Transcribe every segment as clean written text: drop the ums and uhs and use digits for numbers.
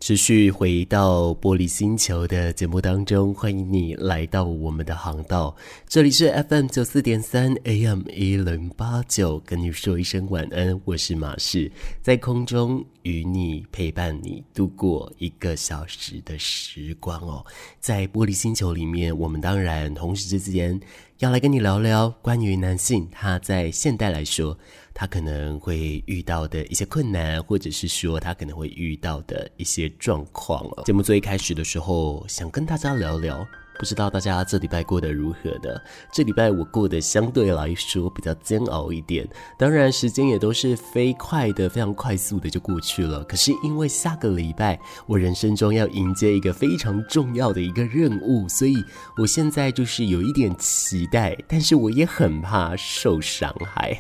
持续回到玻璃星球的节目当中，欢迎你来到我们的航道，这里是 FM94.3 AM 1089，跟你说一声晚安，我是马氏，在空中与你陪伴你度过1个小时的时光哦。在玻璃星球里面，我们当然同时之间要来跟你聊聊关于男性他在现代来说他可能会遇到的一些困难，或者是说他可能会遇到的一些状况哦。节目最一开始的时候想跟大家聊聊，不知道大家这礼拜过得如何呢？这礼拜我过得相对来说比较煎熬一点，当然时间也都是飞快的，非常快速的就过去了。可是因为下个礼拜我人生中要迎接一个非常重要的一个任务，所以我现在就是有一点期待，但是我也很怕受伤害。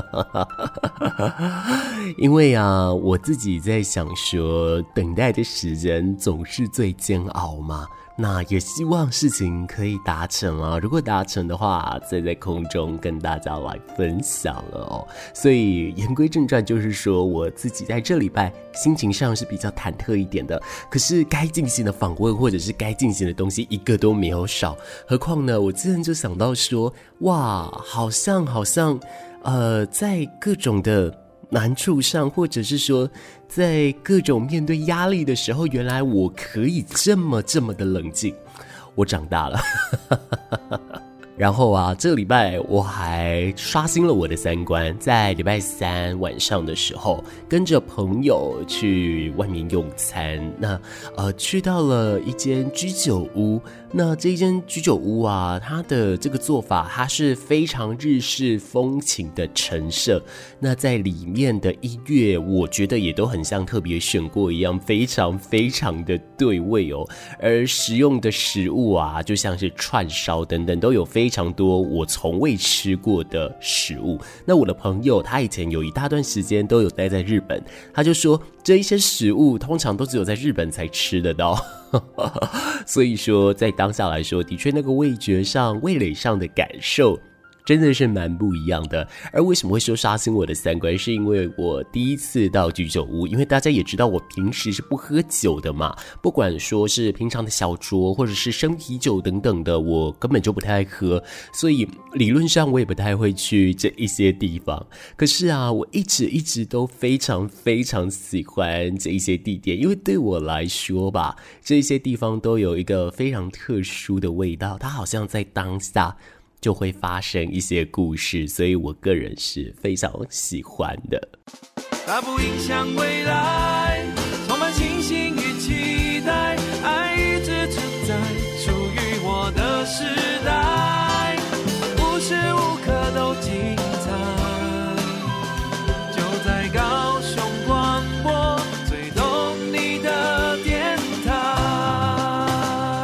因为啊，我自己在想说，等待的时间总是最煎熬嘛。那也希望事情可以达成啊，如果达成的话，再在空中跟大家来分享了哦。所以言归正传，就是说我自己在这礼拜心情上是比较忐忑一点的，可是该进行的访问或者是该进行的东西一个都没有少。何况呢，我之前就想到说，哇，好像在各种的难处上，或者是说在各种面对压力的时候，原来我可以这么的冷静。我长大了。然后啊，这个礼拜我还刷新了我的三观，在礼拜三晚上的时候，跟着朋友去外面用餐。那去到了一间居酒屋。那这一间居酒屋啊，它的这个做法，它是非常日式风情的陈设。那在里面的音乐，我觉得也都很像特别选过一样，非常的对味哦。而食用的食物啊，就像是串烧等等，都有非常多我从未吃过的食物。那我的朋友他以前有一大段时间都有待在日本，他就说这一些食物通常都只有在日本才吃得到。所以说在当下来说，的确那个味觉上味蕾上的感受真的是蛮不一样的。而为什么会说刷新我的三观，是因为我第一次到居酒屋，因为大家也知道我平时是不喝酒的嘛，不管说是平常的小酌或者是生啤酒等等的，我根本就不太爱喝，所以理论上我也不太会去这一些地方。可是啊，我一直都非常喜欢这一些地点，因为对我来说吧，这一些地方都有一个非常特殊的味道，它好像在当下就会发生一些故事，所以我个人是非常喜欢的。 它不影响未来，充满信心与期待，爱一直存在，属于我的时代，无时无刻都精彩，就在高雄广播最懂你的电台。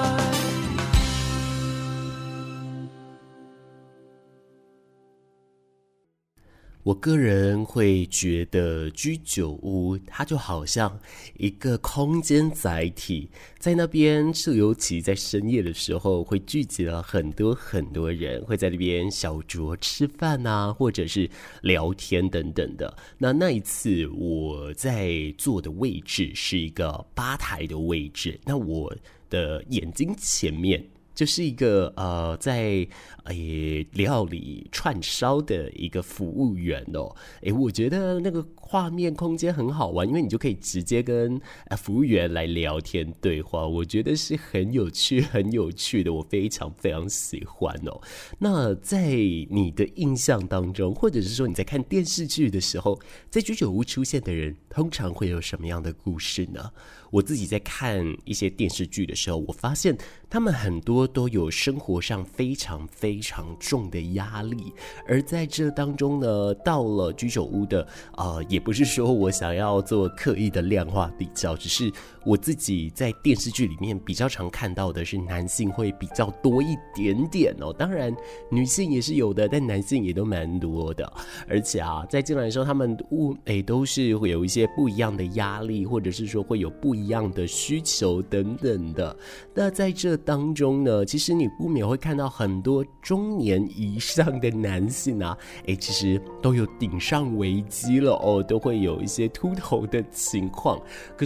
我个人会觉得居酒屋它就好像一个空间载体，在那边是尤其在深夜的时候会聚集了很多人，会在那边小酌吃饭啊，或者是聊天等等的。那一次我在坐的位置是一个吧台的位置，那我的眼睛前面就是一个在料理串烧的一个服务员哦。我觉得那个画面空间很好玩，因为你就可以直接跟服务员来聊天对话，我觉得是很有趣的，我非常喜欢哦。那在你的印象当中，或者是说你在看电视剧的时候，在居酒屋出现的人通常会有什么样的故事呢？我自己在看一些电视剧的时候，我发现他们很多都有生活上非常重的压力，而在这当中呢，到了居酒屋的也不是说我想要做刻意的量化比较，只是我自己在电视剧里面比较常看到的是男性会比较多一点点哦，当然女性也是有的，但男性也都蛮多的。而且啊，在进来的时候他们都是会有一些不一样的压力，或者是说会有不一样的需求等等的。那在这当中呢，其实你不免会看到很多中年以上的男性啊，其实都有顶上危机了哦，都会有一些秃头的情况。可是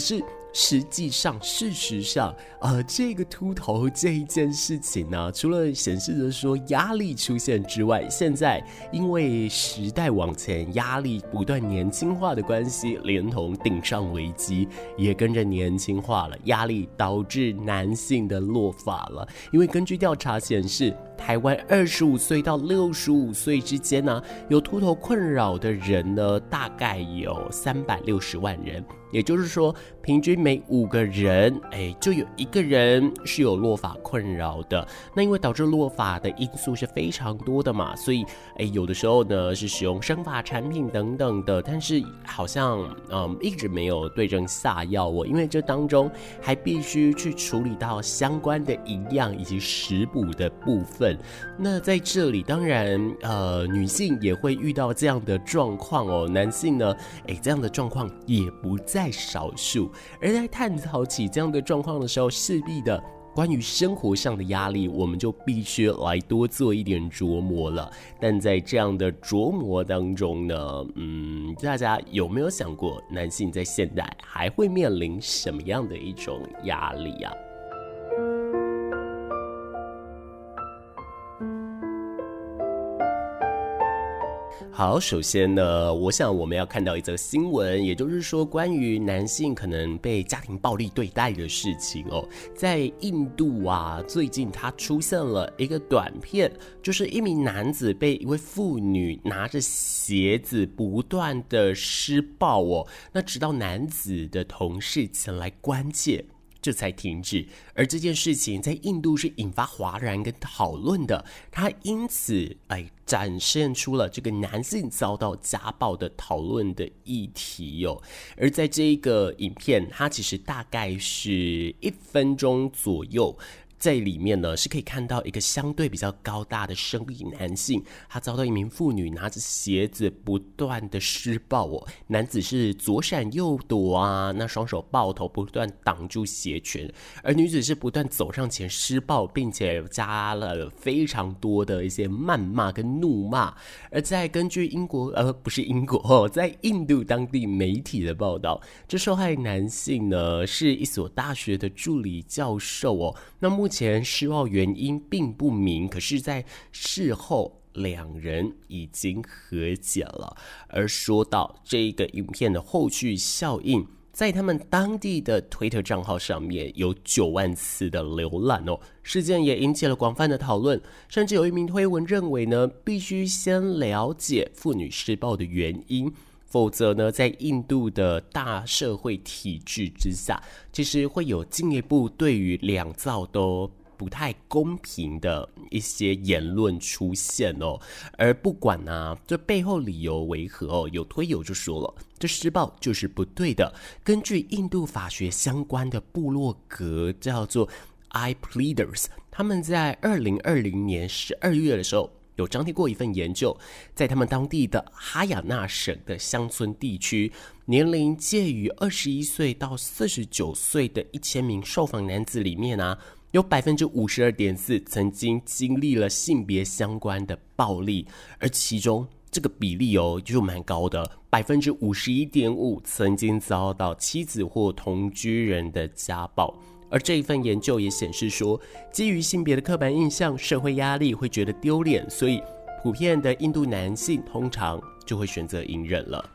实际上事实上这个秃头这一件事情呢，除了显示着说压力出现之外，现在因为时代往前，压力不断年轻化的关系，连同顶上危机也跟着年轻化了，压力导致男性的落发了。因为根据调查显示，台湾25岁到65岁之间呢，有秃头困扰的人呢，大概有360万人，也就是说，平均每5个人，就有1个人是有落发困扰的。那因为导致落发的因素是非常多的嘛，所以，有的时候呢是使用生发产品等等的，但是好像一直没有对症下药哦，因为这当中还必须去处理到相关的营养以及食补的部分。那在这里，当然，女性也会遇到这样的状况哦，男性呢，这样的状况也不在少数。而在探讨起这样的状况的时候，势必的关于生活上的压力，我们就必须来多做一点琢磨了。但在这样的琢磨当中呢，大家有没有想过，男性在现代还会面临什么样的一种压力啊？好，首先呢，我想我们要看到一则新闻，也就是说关于男性可能被家庭暴力对待的事情哦。在印度啊，最近它出现了一个短片，就是一名男子被一位妇女拿着鞋子不断的施暴哦，那直到男子的同事前来关切，这才停止。而这件事情在印度是引发哗然跟讨论的，它因此展现出了这个男性遭到家暴的讨论的议题哦。而在这个影片，它其实大概是1分钟左右，在里面呢是可以看到一个相对比较高大的生理男性，他遭到一名妇女拿着鞋子不断的施暴哦。男子是左闪右躲啊，那双手抱头不断挡住鞋拳，而女子是不断走上前施暴，并且加了非常多的一些谩骂跟怒骂。而在根据在印度当地媒体的报道，这受害男性呢是一所大学的助理教授哦。那目前施暴原因并不明，可是在事后2人已经和解了。而说到这个影片的后续效应，在他们当地的推特账号上面有9万次的浏览哦。事件也引起了广泛的讨论，甚至有一名推文认为呢，必须先了解妇女施暴的原因，否则呢，在印度的大社会体制之下，其实会有进一步对于两造都不太公平的一些言论出现哦。而不管啊，这背后理由为何哦，有推友就说了，这施暴就是不对的。根据印度法学相关的部落格叫做 iPleaders， 他们在2020年12月的时候有张贴过一份研究，在他们当地的哈雅纳省的乡村地区，年龄介于21岁到49岁的1000名受访男子里面啊，有 52.4% 曾经经历了性别相关的暴力，而其中这个比例就蛮高的， 51.5% 曾经遭到妻子或同居人的家暴。而这一份研究也显示说，基于性别的刻板印象，社会压力会觉得丢脸，所以普遍的印度男性通常就会选择隐忍了。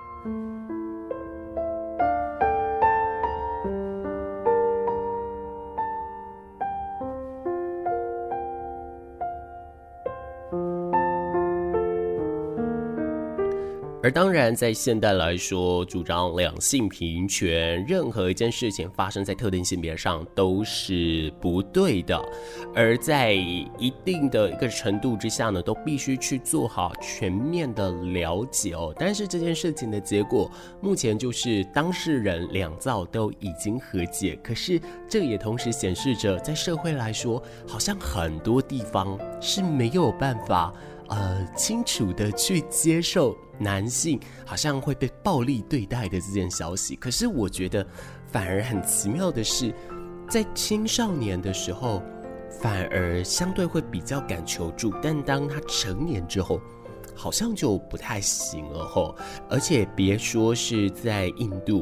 而当然在现代来说，主张两性平权，任何一件事情发生在特定性别上都是不对的，而在一定的一个程度之下呢，都必须去做好全面的了解哦。但是这件事情的结果目前就是当事人两造都已经和解，可是这也同时显示着在社会来说，好像很多地方是没有办法清楚的去接受男性好像会被暴力对待的这件消息。可是我觉得反而很奇妙的是，在青少年的时候反而相对会比较敢求助，但当他成年之后好像就不太行了吼。而且别说是在印度，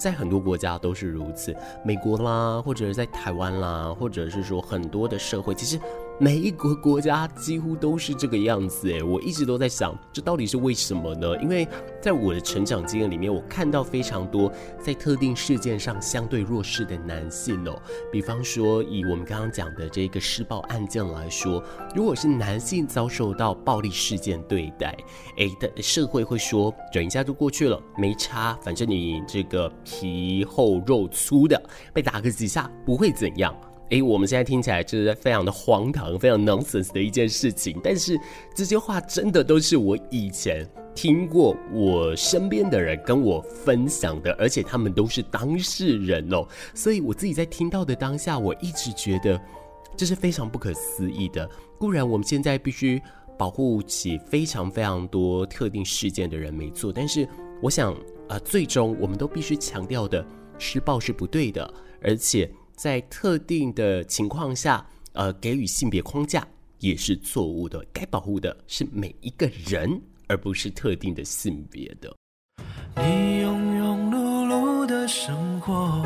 在很多国家都是如此，美国啦，或者是在台湾啦，或者是说很多的社会，其实每一个国家几乎都是这个样子诶。我一直都在想，这到底是为什么呢？因为在我的成长经验里面，我看到非常多在特定事件上相对弱势的男性哦。比方说，以我们刚刚讲的这个施暴案件来说，如果是男性遭受到暴力事件对待，社会会说忍一下就过去了，没差，反正你这个皮厚肉粗的，被打个几下不会怎样。我们现在听起来就是非常的荒唐，非常 nonsense 的一件事情，但是这些话真的都是我以前听过我身边的人跟我分享的，而且他们都是当事人哦。所以我自己在听到的当下，我一直觉得这是非常不可思议的。固然我们现在必须保护起非常非常多特定事件的人没错，但是我想最终我们都必须强调的，施暴是不对的，而且在特定的情况下给予性别框架也是错误的，该保护的是每一个人，而不是特定的性别的。 你庸庸碌碌的生活，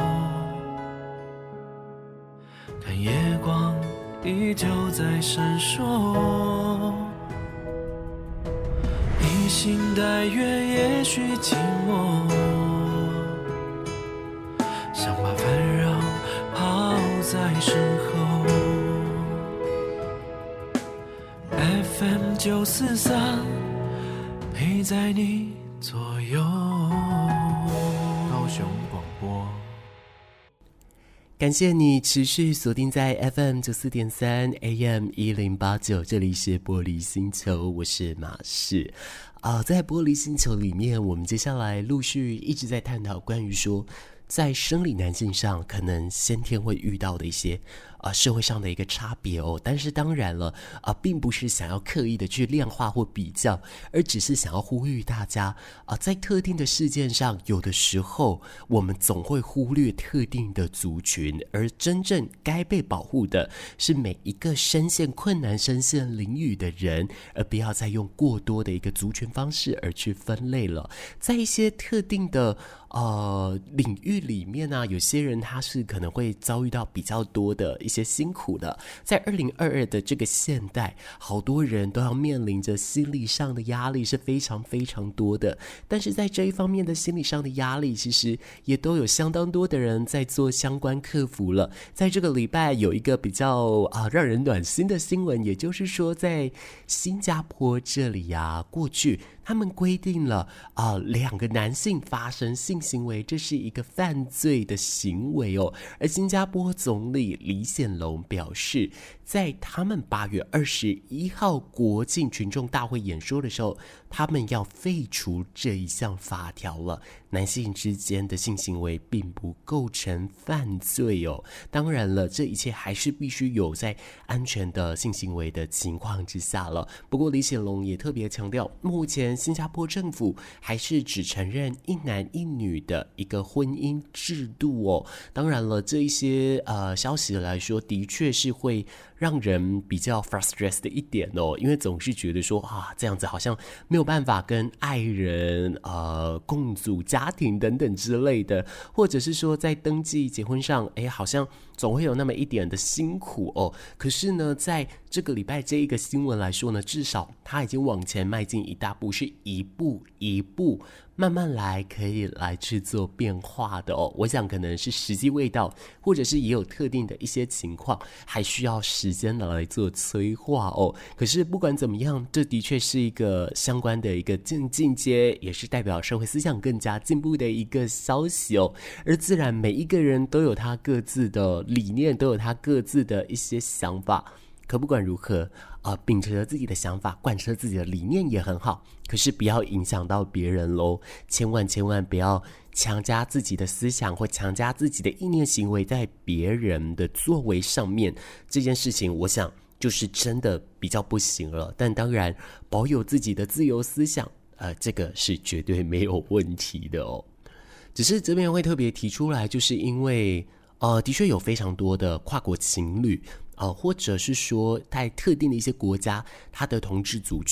看夜光依旧在闪烁，披星戴月也许寂寞，想把烦扰抛在身后。 FM943 陪在你左右，高雄广播。 感谢你持续锁定在 FM94.3 AM1089， 这里是玻璃星球，我是马氏。在玻璃星球里面，我们接下来陆续一直在探讨关于说，在生理男性上可能先天会遇到的一些社会上的一个差别哦，但是当然了并不是想要刻意的去量化或比较，而只是想要呼吁大家在特定的事件上，有的时候我们总会忽略特定的族群，而真正该被保护的是每一个深陷困难、深陷囹圄的人，而不要再用过多的一个族群方式而去分类了。在一些特定的领域里面啊，有些人他是可能会遭遇到比较多的一些辛苦的。在2022的这个现代，好多人都要面临着心理上的压力是非常非常多的，但是在这一方面的心理上的压力，其实也都有相当多的人在做相关克服了。在这个礼拜有一个比较让人暖心的新闻，也就是说在新加坡这里过去他们规定了两个男性发生性行为，这是一个犯罪的行为哦。而新加坡总理李显龙表示，在他们8月21号国庆群众大会演说的时候，他们要废除这一项法条了。男性之间的性行为并不构成犯罪哦。当然了，这一切还是必须有在安全的性行为的情况之下了。不过李显龙也特别强调，目前新加坡政府还是只承认一男一女的一个婚姻制度哦。当然了，这一些消息来说，的确是会让人比较 frustrated 的一点哦，因为总是觉得说这样子好像没有办法跟爱人共组家庭等等之类的，或者是说在登记结婚上好像总会有那么一点的辛苦哦。可是呢，在这个礼拜这一个新闻来说呢，至少他已经往前迈进一大步，是一步一步慢慢来，可以来去做变化的哦。我想可能是时机未到，或者是也有特定的一些情况，还需要时间来做催化哦。可是不管怎么样，这的确是一个相关的一个进阶，也是代表社会思想更加进步的一个消息哦。而自然每一个人都有他各自的理念，都有他各自的一些想法。可不管如何秉持着自己的想法，贯彻自己的理念也很好，可是不要影响到别人咯。千万不要强加自己的思想或强加自己的意念行为在别人的作为上面，这件事情我想就是真的比较不行了。但当然保有自己的自由思想这个是绝对没有问题的哦。只是这边会特别提出来，就是因为的确有非常多的跨国情侣或者是说在特定的一些国家，他的同志族群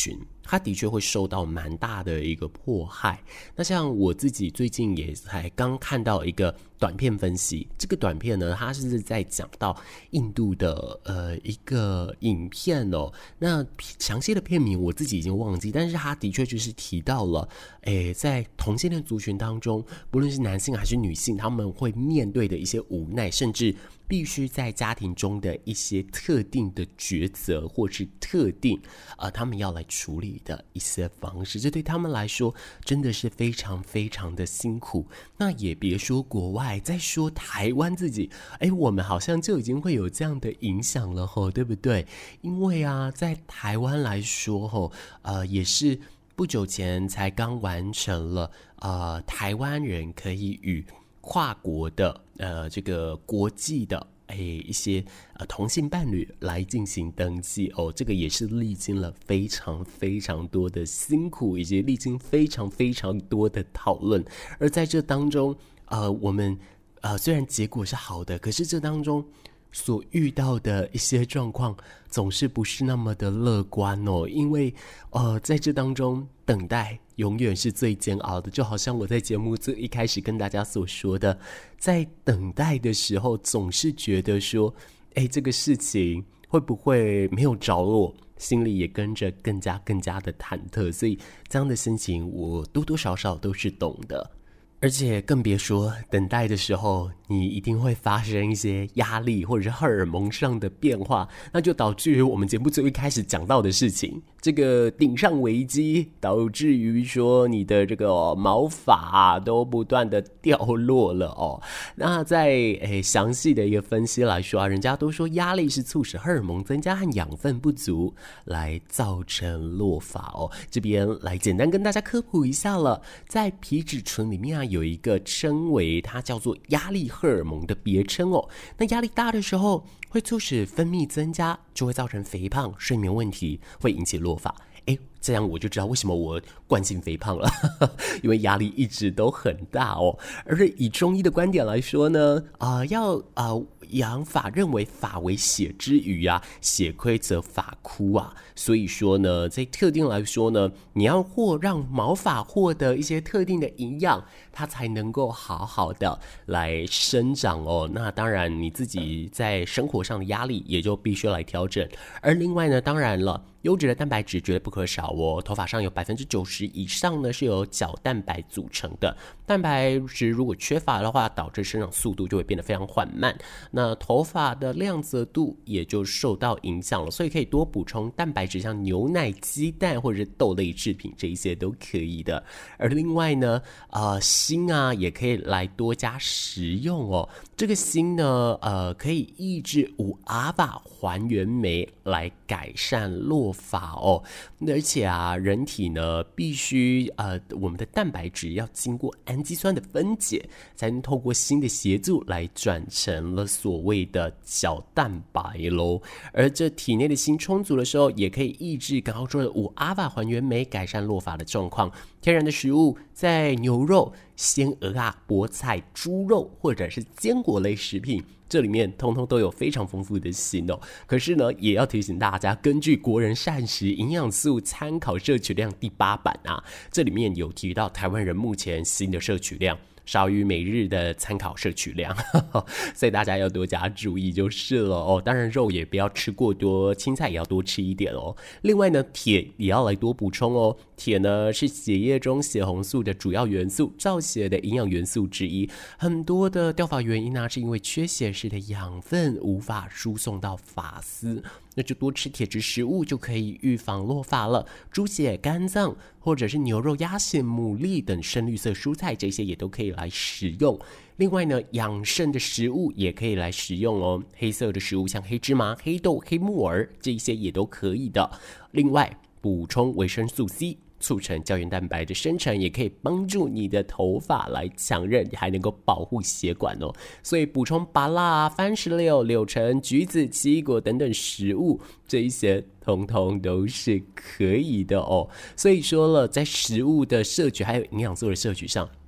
它的确会受到蛮大的一个迫害。那像我自己最近也才刚看到一个短片分析，这个短片呢，它是在讲到印度的一个影片哦。那详细的片名我自己已经忘记，但是它的确就是提到了，在同性恋族群当中，不论是男性还是女性，他们会面对的一些无奈，甚至必须在家庭中的一些特定的抉择，或是特定他们要来处理的一些方式，这对他们来说真的是非常非常的辛苦。那也别说国外，再说台湾自己，我们好像就已经会有这样的影响了吼，对不对？因为啊，在台湾来说吼，也是不久前才刚完成了台湾人可以与跨国的这个国际的一些同性伴侣来进行登记哦，这个也是历经了非常非常多的辛苦，以及历经非常非常多的讨论。而在这当中我们虽然结果是好的，可是这当中所遇到的一些状况总是不是那么的乐观哦，因为在这当中等待永远是最煎熬的，就好像我在节目最一开始跟大家所说的，在等待的时候总是觉得说这个事情会不会没有着落，心里也跟着更加的忐忑，所以这样的心情我多多少少都是懂的。而且更别说等待的时候，你一定会发生一些压力或者是荷尔蒙上的变化，那就导致于我们节目最一开始讲到的事情，这个顶上危机，导致于说你的这个毛发都不断的掉落了哦。那在详细的一个分析来说人家都说压力是促使荷尔蒙增加和养分不足来造成落发哦。这边来简单跟大家科普一下了，在皮质醇里面有一个称为它叫做压力荷尔蒙的别称哦。那压力大的时候会促使分泌增加，就会造成肥胖、睡眠问题，会引起落发。这样我就知道为什么我惯性肥胖了因为压力一直都很大哦。而以中医的观点来说呢养法认为发为血之余血亏则发枯所以说呢，在特定来说呢，你要让毛发获得一些特定的营养，它才能够好好的来生长哦。那当然你自己在生活上的压力也就必须来调整。而另外呢，当然了，优质的蛋白质绝对不可少哦。头发上有 90% 以上呢是由角蛋白组成的，蛋白质如果缺乏的话，导致生长速度就会变得非常缓慢，那头发的亮泽度也就受到影响了。所以可以多补充蛋白质，像牛奶、鸡蛋或者是豆类制品，这一些都可以的。而另外呢锌也可以来多加食用哦。这个锌呢可以抑制5-alpha 还原酶来改善落发哦。而且人体呢必须我们的蛋白质要经过氨基酸的分解，才能透过锌的协助来转成了所谓的角蛋白咯。而这体内的锌充足的时候，也可以抑制刚刚说的5-alpha 还原酶，改善落发的状况。天然的食物在牛肉、鲜鹅菠菜、猪肉或者是坚果类食品，这里面通通都有非常丰富的锌哦。可是呢，也要提醒大家，根据国人膳食营养素参考摄取量第8版这里面有提到台湾人目前锌的摄取量少于每日的参考摄取量所以大家要多加注意就是了哦。当然肉也不要吃过多，青菜也要多吃一点哦。另外呢，铁也要来多补充哦。铁呢是血液中血红素的主要元素，造血的营养元素之一。很多的掉发原因是因为缺血时的养分无法输送到发丝，那就多吃铁质食物就可以预防落发了。猪血、肝脏或者是牛肉、鸭血、牡蛎等深绿色蔬菜，这些也都可以来食用。另外呢，养肾的食物也可以来食用哦。黑色的食物像黑芝麻、黑豆、黑木耳，这些也都可以的。另外补充维生素 C，促成胶原蛋白的生成，也可以帮助你的头发来强韧，还能够保护血管哦。所以补充芭乐、番石榴、柳橙、橘子、奇异果等等食物，这一些通通都是可以的哦。所以说了，在食物的摄取还有营养素的摄取上，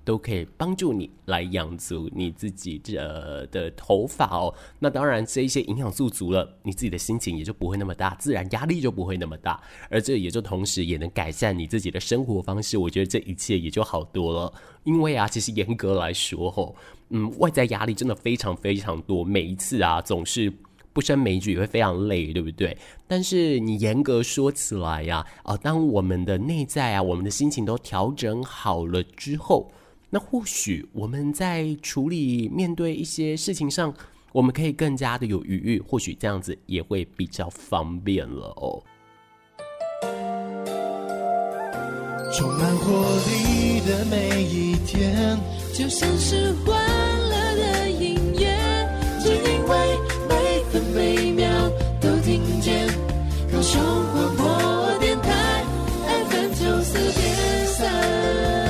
都可以帮助你来养足你自己的头发哦。那当然这一些营养素足了，你自己的心情也就不会那么大，自然压力就不会那么大，而这也就同时也能改善你自己的生活方式，我觉得这一切也就好多了。因为其实严格来说外在压力真的非常非常多，每一次总是不胜枚举，也会非常累，对不对？但是你严格说起来当我们的内在我们的心情都调整好了之后，那或许我们在处理面对一些事情上，我们可以更加的有余裕，或许这样子也会比较方便了哦。 充满活力的每一天， 就像是欢乐的音乐，只因为每分每秒都听见高雄广播电台 FM 94.3。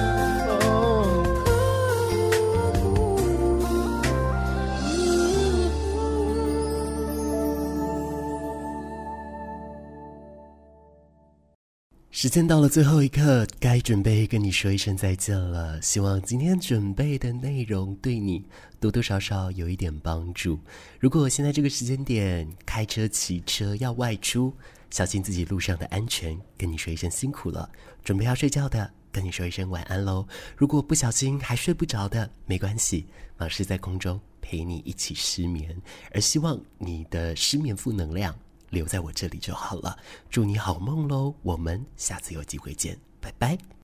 时间到了最后一刻，该准备跟你说一声再见了。希望今天准备的内容对你多多少少有一点帮助。如果现在这个时间点开车骑车要外出，小心自己路上的安全，跟你说一声辛苦了。准备要睡觉的，跟你说一声晚安咯。如果不小心还睡不着的，没关系，老师在空中陪你一起失眠，而希望你的失眠负能量留在我这里就好了。祝你好梦咯，我们下次有机会见，拜拜。